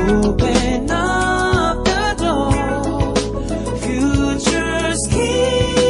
Open up the door. Future's key.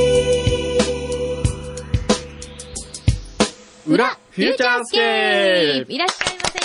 裏フューチャースケープ。 いらっしゃいませ。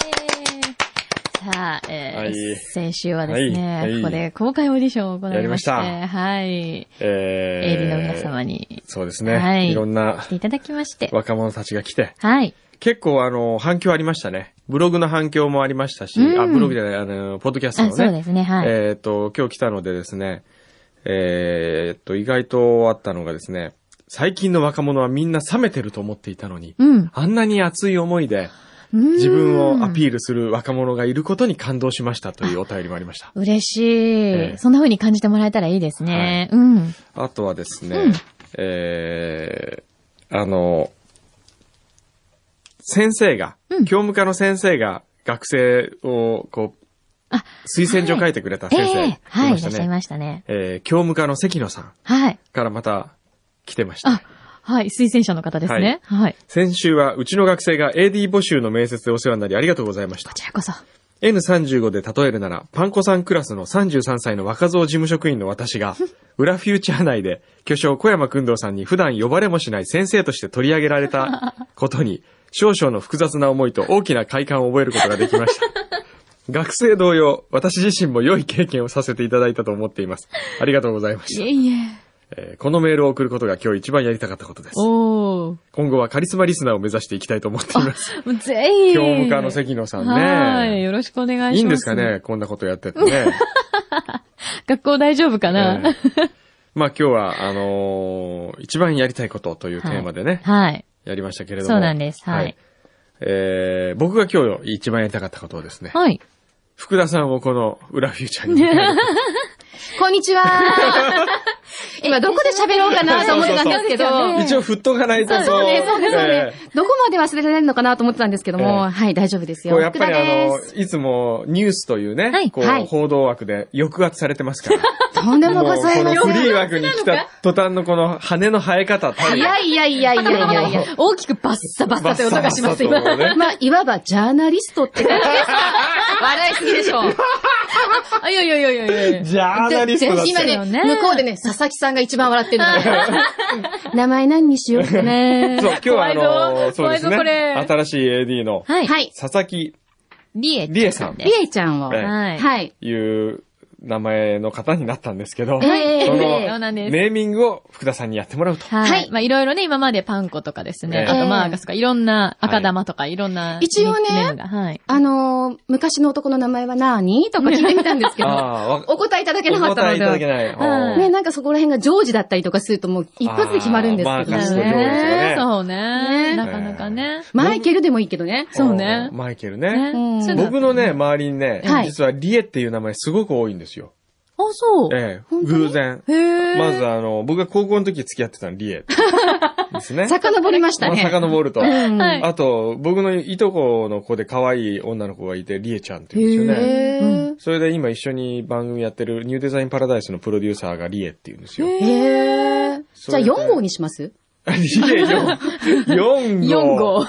さあ、 はい先週はですね、 はいはいここで公開オーディションを行いまして、 やりましたはい。AD の皆様に。 そうですね。 はい。 いろんな来ていただきまして。 若者たちが来て。 はい。 結構反響ありましたね。ブログの反響もありましたし、ブログじゃない、ポッドキャストのね。 そうですね、はい。 今日来たのでですね、意外とあったのがですね、最近の若者はみんな冷めてると思っていたのに、あんなに熱い思いで、自分をアピールする若者がいることに感動しましたというお便りもありました。 嬉しい。そんな風に感じてもらえたらいいですね。 はい、あとはですね、先生が、教務課の先生が学生をこう、推薦状書いてくれた先生、 はい、いらっしゃいましたね。 教務課の関野さんからまた来てました。 はい、推薦者の方ですね。はい。 先週はうちの学生が AD 募集の面接でお世話になりありがとうございました。 こちらこそ。 N35 で例えるなら、パンコさんクラスの33歳の若造事務職員の私が、裏フューチャー内で巨匠小山君堂さんに普段呼ばれもしない先生として取り上げられたことに、少々の複雑な思いと大きな快感を覚えることができました。学生同様、私自身も良い経験をさせていただいたと思っています。ありがとうございました。 いえいえ。 このメールを送ることが今日一番やりたかったことです。今後はカリスマリスナーを目指していきたいと思っています。 ぜひ。 教務課の関野さんね。 はい。よろしくお願いします。 いいんですかね、こんなことやっててね。 学校大丈夫かな、 まあ今日は、一番やりたいことというテーマでね。 はい。 やりましたけれども。 そうなんです。はい。 僕が今日一番やりたかったことをですね。 はい。 福田さんをこの裏フューチャーに。 こんにちは。今どこで喋ろうかなと思ってたんですけど。 一応振っとかないと。 そうね。どこまで忘れられるのかなと思ってたんですけども、はい、大丈夫ですよ。 やっぱりいつもニュースというね、こう、報道枠で抑圧されてますから。 とんでもございません。 このフリー枠に来た途端のこの羽の生え方。 いや。 大きくバッサバッサって音がします今。 まあ、いわばジャーナリストって感じです。笑いすぎでしょ。 いや。 ジャーナリストだって今ね、向こうでね、佐々木さんが一番笑ってるの。名前何にしようかね。 そう、今日はそうですね。新しい AD の、佐々木理恵さん。 理恵ちゃんを、 はい。いう名前の方になったんですけど、そのネーミングを福田さんにやってもらうと。 はい。まあいろいろね、今までパンコとかですね、あとマーガスとかいろんな赤玉とかいろんな。 一応ね、昔の男の名前は何とか聞いてみたんですけど、お答えいただけなかったので。 お答えいただけない。 ね、なんかそこら辺がジョージだったりとかするともう一発で決まるんですけどね。 マーガスとジョージとかね。 そうね。なかなかね。 マイケルでもいいけどね。 そうね。 マイケルね。僕のね、周りにね、実はリエっていう名前すごく多いんですよ。 あ、そう。 偶然。まず僕が高校の時付き合ってたのリエ。ですね。 遡りましたね。 遡ると。あと、僕のいとこの子で可愛い女の子がいて、リエちゃんって言うんですよね。それで今一緒に番組やってるニューデザインパラダイスのプロデューサーがリエって言うんですよ。 じゃあ4号にします？ リエ4号。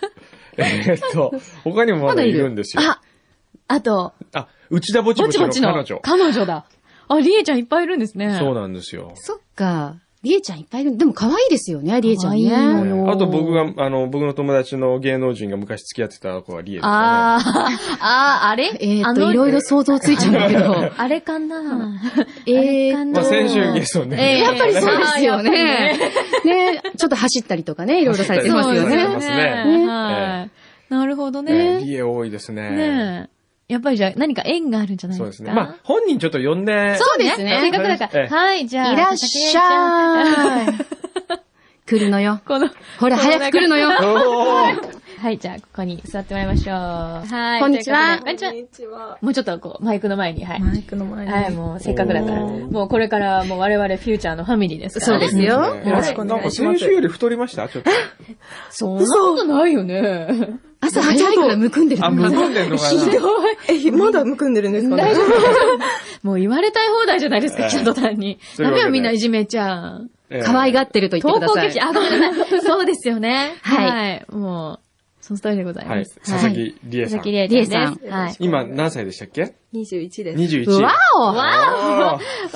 他にもまだいるんですよ。 あと。 内田ぼちぼちの彼女。 彼女だ。リエちゃんいっぱいいるんですね。 そうなんですよ。 そっか。リエちゃんいっぱいいる。でも可愛いですよね、リエちゃんね。 あと僕の友達の芸能人が昔付き合ってた子はリエですよね。 あれいろいろ想像ついちゃうんだけど。 あれかなまあ先週ゲストね。 やっぱりそうですよね。ね、ちょっと走ったりとかね、いろいろされてますよね。 なるほどね。 リエ多いですね。 ねやっぱりじゃあ何か縁があるんじゃないですか？ そうですね。まあ、本人ちょっと呼んで。 そうですね。 せっかくだから。はい、じゃあ。 いらっしゃい。来るのよ。ほら、早く来るのよ。 はい、じゃあ、ここに座ってもらいましょう。はい。 こんにちは。 こんにちは。もうちょっとマイクの前に、はい。 マイクの前に。 はい、もうせっかくだから。もうこれからもう我々フューチャーのファミリーですから。 そうですよ。 よろしくお願いします。 なんか先週より太りましたちょっと。 そんなことないよね。 朝早いからむくんでる。 むくんでるのかな。 ひどい。 まだむくんでるんですかね。 大丈夫。もう言われたい放題じゃないですか、来た途端に。ダメよ、みんないじめちゃん。 可愛がってると言ってください。 投稿激し、ごめんなさい。そうですよね。 はい。 もう。 その通りでございはいます。。 佐々木理恵さん。 佐々木理恵理恵さんちゃんです。はい。 今何歳でしたっけ？ 21です。 21。 わわ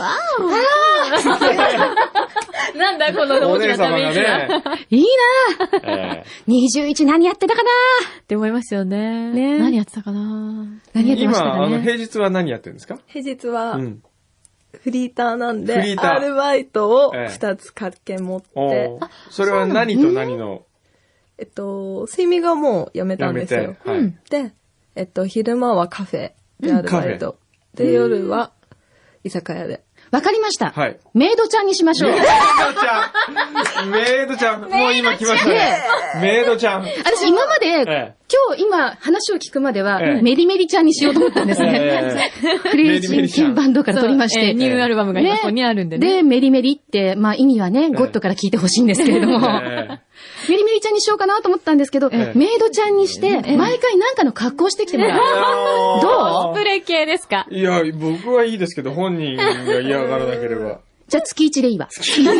なんだこのお。お大きな姉様がため息は。 ね。 いいな21何やってたかなって思いますよね。 ね何やってたかな。 何やってましたか今、 ね。 平日は何やってるんですか？ 平日はうん。 フリーターなんで、 フリーターアルバイトをええ 2つ掛け持って、 おーそれは何と何の睡眠がもうやめたやめんですよて。。はい。 で、昼間はカフェでアルバイト。で、夜は居酒屋で。 わかりました。 はい。 メイドちゃんにしましょう。 メイドちゃんメイドちゃんもう今来ましたね。メイドちゃん私今まで、 え今話を聞くまでは、 ええメリメリちゃんにしようと思ったんですね。クレイジーケンバンドから取りまして。 ニューアルバムが今ここにあるんでね。 で、メリメリって、まあ意味はね、ゴッドから聞いてほしいんですけれども、メリメリちゃんにしようかなと思ったんですけど、 ええメイドちゃんにして、毎回なんかの格好してきてもらう。どうスプレー系ですか？ いや、僕はいいですけど、本人が嫌がらなければ。 じゃあ月1でいいわ。 月 1?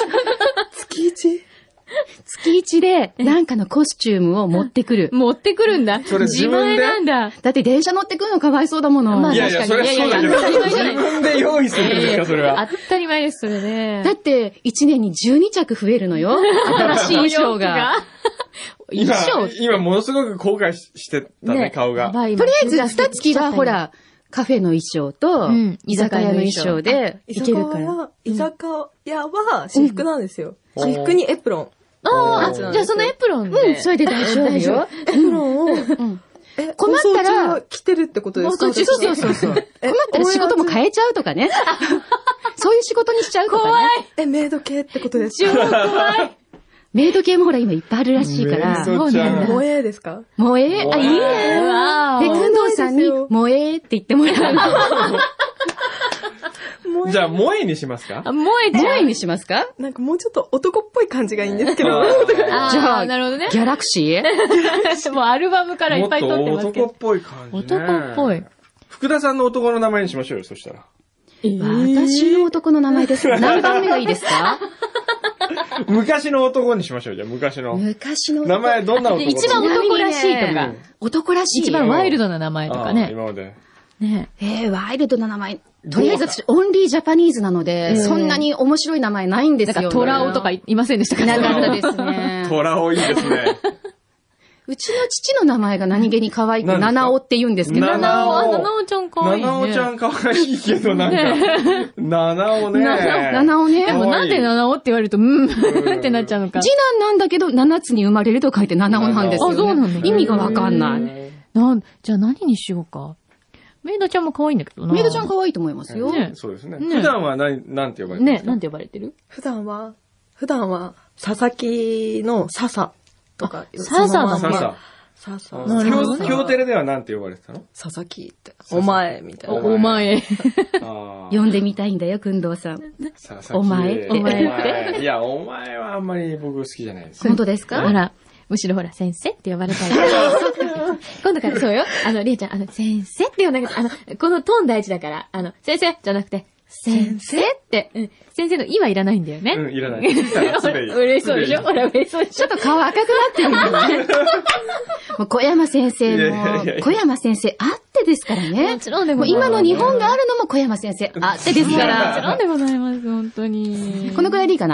月1で、なんかのコスチュームを持ってくる。 持ってくるんだ。 それ自分で前なんだ。 だって電車乗ってくるのかわいそうだもの。 まあいやいや、それはそうだけど、自分で用意するんですか、それは。 当たり前です、それね。 だって、1年に12着増えるのよ。新しい衣装が。 今衣装、 今ものすごく後悔してたね、顔が。 とりとりあえず2月はほ、ら、カフェの衣装とうん、 居酒屋の衣装でいけるから。 居酒屋は私服なんですよ。私服にエプロン。 ああ、 じゃじゃあそのエプロンで。 うん、それで大丈夫よ。 エプロンを、 困ったら放送中着てるってことですか？ そうそうそうそう。困ったら仕事も変えちゃうとかね。そういう仕事にしちゃうとかね。 メイド系ってことですか？ 怖い。 メイド系もほら今いっぱいあるらしいから。 メイドちゃん萌えですか？ 萌えあ、いいね。で、くんどうさんに、萌えって言ってもらう。 じゃあ、萌えにしますか？ あ、萌えちゃう。 萌えにしますかなんかもうちょっと男っぽい感じがいいんですけど。 あじゃあなるほどね。 ギャラクシーもうアルバムからいっぱい撮ってもっとますけど。 男っぽい感じね。 男っぽい。 福田さんの男の名前にしましょうよ、そしたら。 私の男の名前です。何番目がいいですか？ 昔の男にしましょう、じゃあ、昔の。 昔の名前どんな男一番男らしいとか。 男らしい。 一番ワイルドな名前とかああね。 今まで。 ねワイルドな名前。とりあえず私、オンリージャパニーズなので、そんなに面白い名前ないんですよ。 なんかトラオとかいませんでしたか？ いなかったですね。 トラオいいですね。 うちの父の名前が何気に可愛く、 何ですか七尾って言うんですけど。 七尾七尾ちゃん可愛いね。 七尾ちゃん可愛いけど、なんか、七尾ね。 七尾ね。 でもなんで七尾って言われると、ってなっちゃうのか。 次男なんだけど、7つに生まれると書いて七尾なんですよ、ね。 あそうなんだ意味がわかんない。 じゃあ何にしようか。メイドちゃんも可愛いんだけどな。 メイドちゃん可愛いと思いますよ。 ねそうですね。 ね普段はなんて呼ばれてるんですか？ なんて呼ばれてる？ 普段は、佐々木の笹とか。 笹だね笹。 笹。 なるほどね京テレではなんて呼ばれてたの？ 佐々木って。お前、みたいな。 お前。 あ呼んでみたいんだよ、くんどうさん。 あ。 お前ってお前。いや、お前はあんまり僕好きじゃないです。 本当ですか？ あら、むしろほら、先生って呼ばれたい。今度からそうよ。りえちゃん、先生って呼んだけど、このトーン大事だから、先生じゃなくて、先生って、先生のいはいらないんだよね。 うん、いらない。 嬉しそうでしょ？ほら、嬉しそうでしょ？ ちょっと顔赤くなってるよね。もう小山先生も、小山先生あってですからね。 もちろんでごもうざいます。 今の日本があるのも小山先生あってですかもちろら。 んでございます、本当に。 このくらいでいいかな。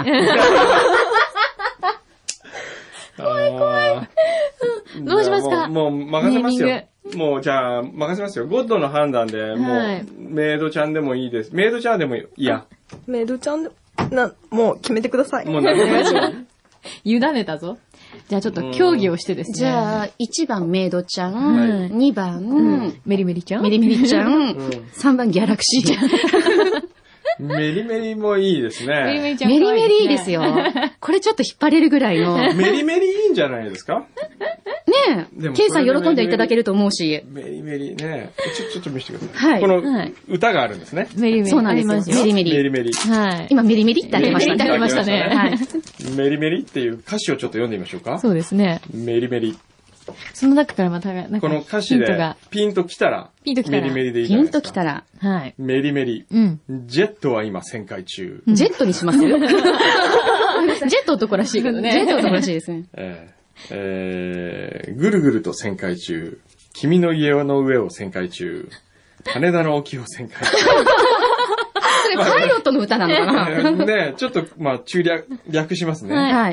怖い。 どうしますか？ もう任せますよネ。 もうじゃあ任せますよ。ゴッドの判断で、もはい、 うメイドちゃんでもいいです。メイドちゃんでもいいや。 メイドちゃんで、もう決めてください。 もう何でもいいですよ。 委ねたぞ。じゃあちょっと協議をしてですね。 じゃあ、1番メイドちゃん、 はい 2番、 メリメリちゃんメリメリちゃん、3番ギャラクシーちゃん。 メリメリもいいですメリメね。 リちゃんメリ可愛メリいいですよ。これちょっと引っ張れるぐらいの。ねメリメリいいんじゃないですか？でえ。 もケイさん喜んでいただけると思うし。 メリメリね。ちょっと見せてください。 はいこのはい歌があるんですね。 メリメリ。 そうなんですよ。 ありますメリメリ。 メリメリ。 はい。 今メリメリってありましたメリメリってありましたねはい。 メリメリっていう歌詞をちょっと読んでみましょうか。 そうですね。 メリメリ。 その中からまた、なんか、 この歌詞でヒントが。 ピンときたら、 ピンときたらメリメリでいいじピンゃないですか。 ときたら、 はい。 メリメリ。 うん。 ジェットは今旋回中。 ジェットにしますよ。ジェジェット男らしいけどね。 ット男らしいですね。 ぐるぐると旋回中。君の家の上を旋回中。羽田の沖を旋回中。 それパイロットの歌なのかなねちょっと、まあ、略しますね。 はい。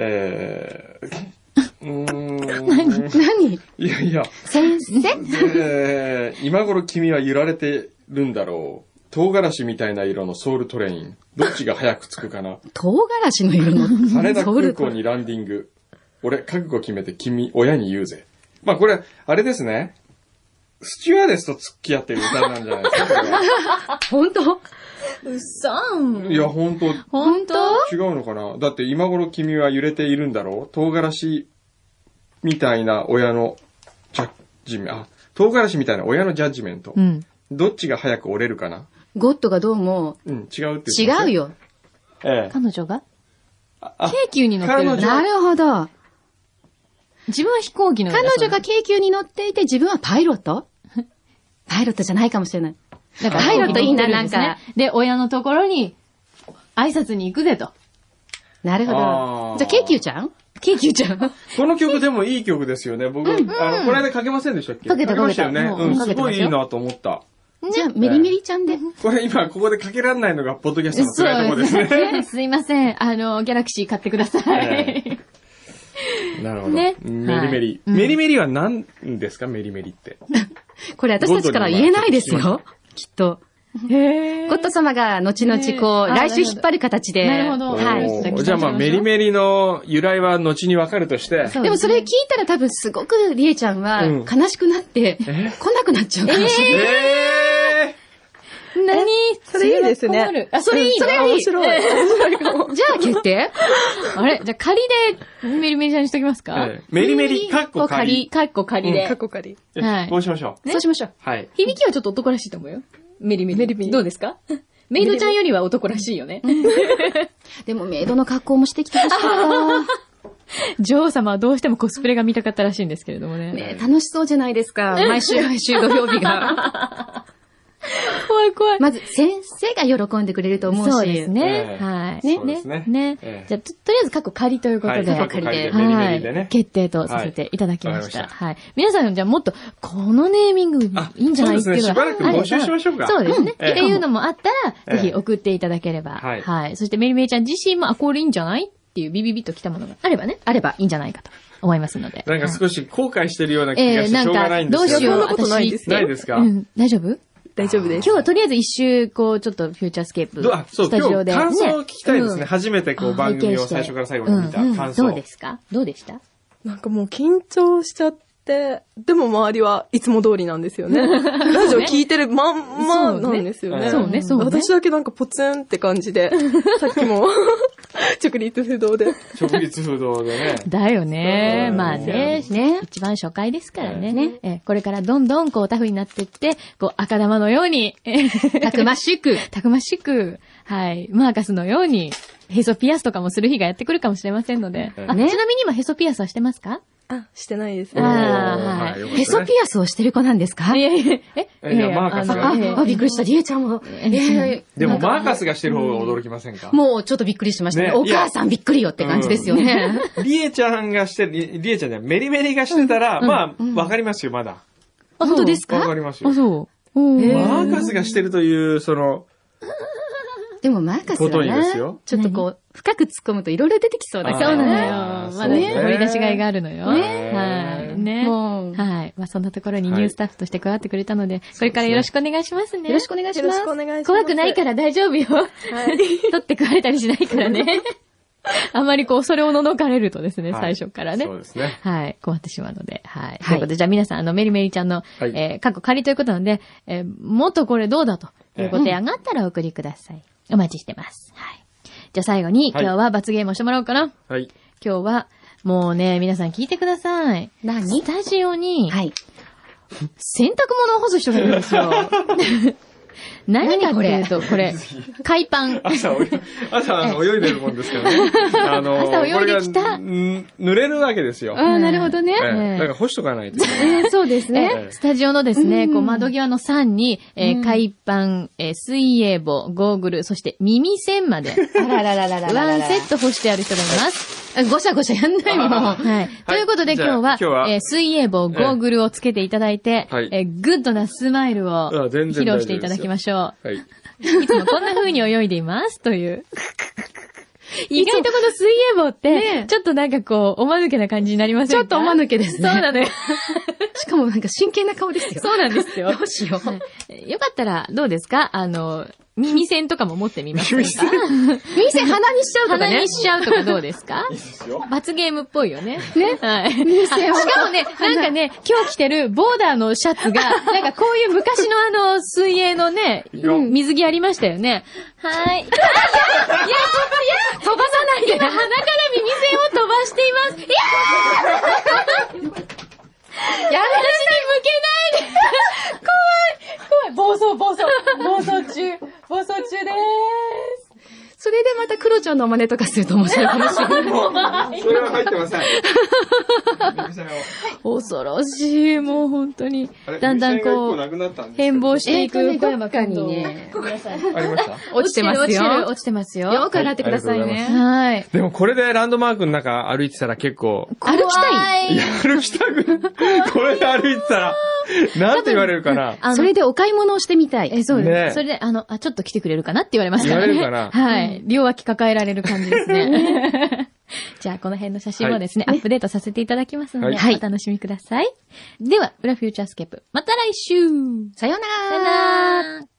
何いやいや。 先生今頃君は揺られてるんだろう。唐辛子みたいな色のソウルトレイン。どっちが早く着くかな。 唐辛子の色の羽田空港にランディング。俺、覚悟決めて親に言うぜ。まあこれ、あれですね。スチュワーデスと付き合ってる歌なんじゃないですか、これは。 本当うっそん。 いや、本当違うのかな。だって今頃君は揺れているんだろう。唐辛子みたいな親のジャッジメント。唐辛子みたいな親のジャッジメント。うん。どっちが早く折れるかな。 ゴッドがどうも。 うん、違うって。 違うよ。 彼女が京急に乗ってる。 なるほど。 自分は飛行機の。 彼女が京急に乗っていて自分はパイロットパイロットじゃないかもしれない。だからパイロットいいな、なんか。 で、親のところに挨拶に行くぜと。 なるほど。じゃあ京急ちゃんこの曲でもいい曲ですよね。僕、この間かけませんでしたっけ？ かけましたよね。うん、すごいいいなと思った。 じゃあ、メリメリちゃんで。 これ今、ここでかけられないのが、ポッドキャストの辛いところですね。 すいません。ギャラクシー買ってください。 なるほど。ね。メリメリ。メリメリは何ですか、メリメリって。 これ私たちから言えないですよ。きっと。ゴッド様が後々こう、来週引っ張る形で。 なるほど。 はい。じゃあまあ、メリメリの由来は後にわかるとして。 でもそれ聞いたら多分すごくリエちゃんは悲しくなって、来なくなっちゃうかもしれない。 何それいいですね。 あ、それいい。 それ面白い。 じゃあ決定あれじゃあ仮でメリメリちゃんにしときますか？ メリメリ、カッコ仮。 カッコ仮で。 カッコ仮。 はい。そうしましょう。そうしましょう。 はい。 響きはちょっと男らしいと思うよ。メリメリ。どうですか？メイドちゃんよりは男らしいよね。 でもメイドの格好もしてきてほしかった。 女王様はどうしてもコスプレが見たかったらしいんですけれどもね。 ね、楽しそうじゃないですか。毎週土曜日が。 怖い。 まず、先生が喜んでくれると思うし。 そうですね。はい。ね。じゃあ、とりあえず、過去仮ということで。 過去仮で。 はい。決定とさせていただきました。はい。皆さん、じゃあもっと、このネーミングいいんじゃないっていうのは。 しばらく募集しましょうか。 そうですね。っていうのもあったら、ぜひ送っていただければ。はい。そして、メリメリちゃん自身も、これいいんじゃないっていうビビビッときたものがあればね。あればいいんじゃないかと思いますので。 なんか少し後悔してるような気がしてしょうがないんですけど。 どうしよう。 そんなことないですないですか？ 大丈夫？ 大丈夫です。 今日はとりあえず一周、こう、ちょっとフューチャースケープ。 スタジオで。感想を聞きたいですね。初めてこう番組を最初から最後まで見た感想。 どうですか？どうでした？ なんかもう緊張しちゃって、でも周りはいつも通りなんですよね。ラジオ聞いてるまんまなんですよね。 そうね。 私だけなんかポツンって感じで、さっきも直立不動で。 直立不動でね。 だよね。まあね。一番初回ですからね。これからどんどんこうタフになっていって、こう赤玉のように、 たくましく、 はい。マーカスのように、ヘソピアスとかもする日がやってくるかもしれませんので。ちなみに今ヘソピアスはしてますか？ してないですね。はい。ヘソピアスをしてる子なんですか？ いや、マーカスが。 びっくりした。リエちゃんも。 でもマーカスがしてる方が驚きませんか？ もうちょっとびっくりしましたね。お母さんびっくりよって感じですよね。 リエちゃんがして、リエちゃんね、メリメリがしてたら、まあ、わかりますよ、まだ。 本当ですか？ わかりますよ。 そう。 マーカスがしてるという、 でもマーカスはね、ちょっとこう、深く突っ込むといろいろ出てきそうだから。 そうなのよ。まだね、掘り出しがいがあるのよ。はい。ね。はい。まあそんなところにニュースタッフとして加わってくれたので、これからよろしくお願いしますね。 よろしくお願いします。 怖くないから大丈夫よ。はい。取って食われたりしないからね。あまりこう、それを除かれるとですね、最初からね。 そうですね。 はい。困ってしまうので。はい。ということで、じゃあ皆さん、メリメリちゃんの、過去仮ということなので、もっとこれどうだというご提案があったらお送りください。お待ちしてます。はい。じゃあ最後に、今日は罰ゲームをしてもらおうかな。 はい。 今日は、もうね、皆さん聞いてください。スタジオに、 はい。 洗濯物を干す人がいるんですよ。何かっていうと、これ、海パン。 朝泳いでるもんですからね。 朝泳いできた。 濡れるわけですよ。 なるほどね。 だから干しとかないと。 そうですね。スタジオのですね、こう窓際の3に、海パン、水泳帽、ゴーグル、そして耳栓まで。 ワンセット干してある人がいます。 ごしゃごしゃやんないもん。 はい。ということでじゃあ今日は、 今日は水泳帽、ゴーグルをつけていただいて、 はいグッドなスマイルをあ全然披露していただきましょう。 はい。 いつもこんな風に泳いでいます、という。意外とこの水泳帽って、 ねちょっとなんかこう、おまぬけな感じになりませんか？ ちょっとおまぬけですね。 そうなのよ。 しかもなんか真剣な顔ですよ。 そうなんですよ。 どうしよう。 よかったら、どうですか？耳栓とかも持ってみませんか？ 店鼻にしちゃうとかね鼻に。しちゃうとかどうですか？ いいですよ。 罰ゲームっぽいよね。 ね。 はい。 栓をしかもね、なんかね、今日着てるボーダーのシャツが、なんかこういう昔の水泳のね、 よ水着ありましたよね。はい。飛ばさないで。今、鼻から耳栓を飛ばしています。いやーやめて、向けないで。怖い。暴走中です。 それでまたクロちゃんの真似とかすると面白いかもしれない。 それは入ってません。 恐ろしい、もう本当に。だんだんこう、 なくなったんです変貌していく小ど山君とっかにね、 ありました落ちてますよ。 落ちてますよ。 よく洗ってくださいはいね。 はい。 でもこれでランドマークの中歩いてたら結構、 歩きたい。 いや、歩きたく、これで歩いてたら、なんて言われるかな。 それでお買い物をしてみたい。 そうです。 ねそれで、ちょっと来てくれるかなって言われますからね。 言われるかなはい。両脇抱えられる感じですね。じゃあ、この辺の写真もですね、アップデートさせていただきますので、 はいお楽しみください。では、裏フューチャースケープ。また来週さようなら。 さよなら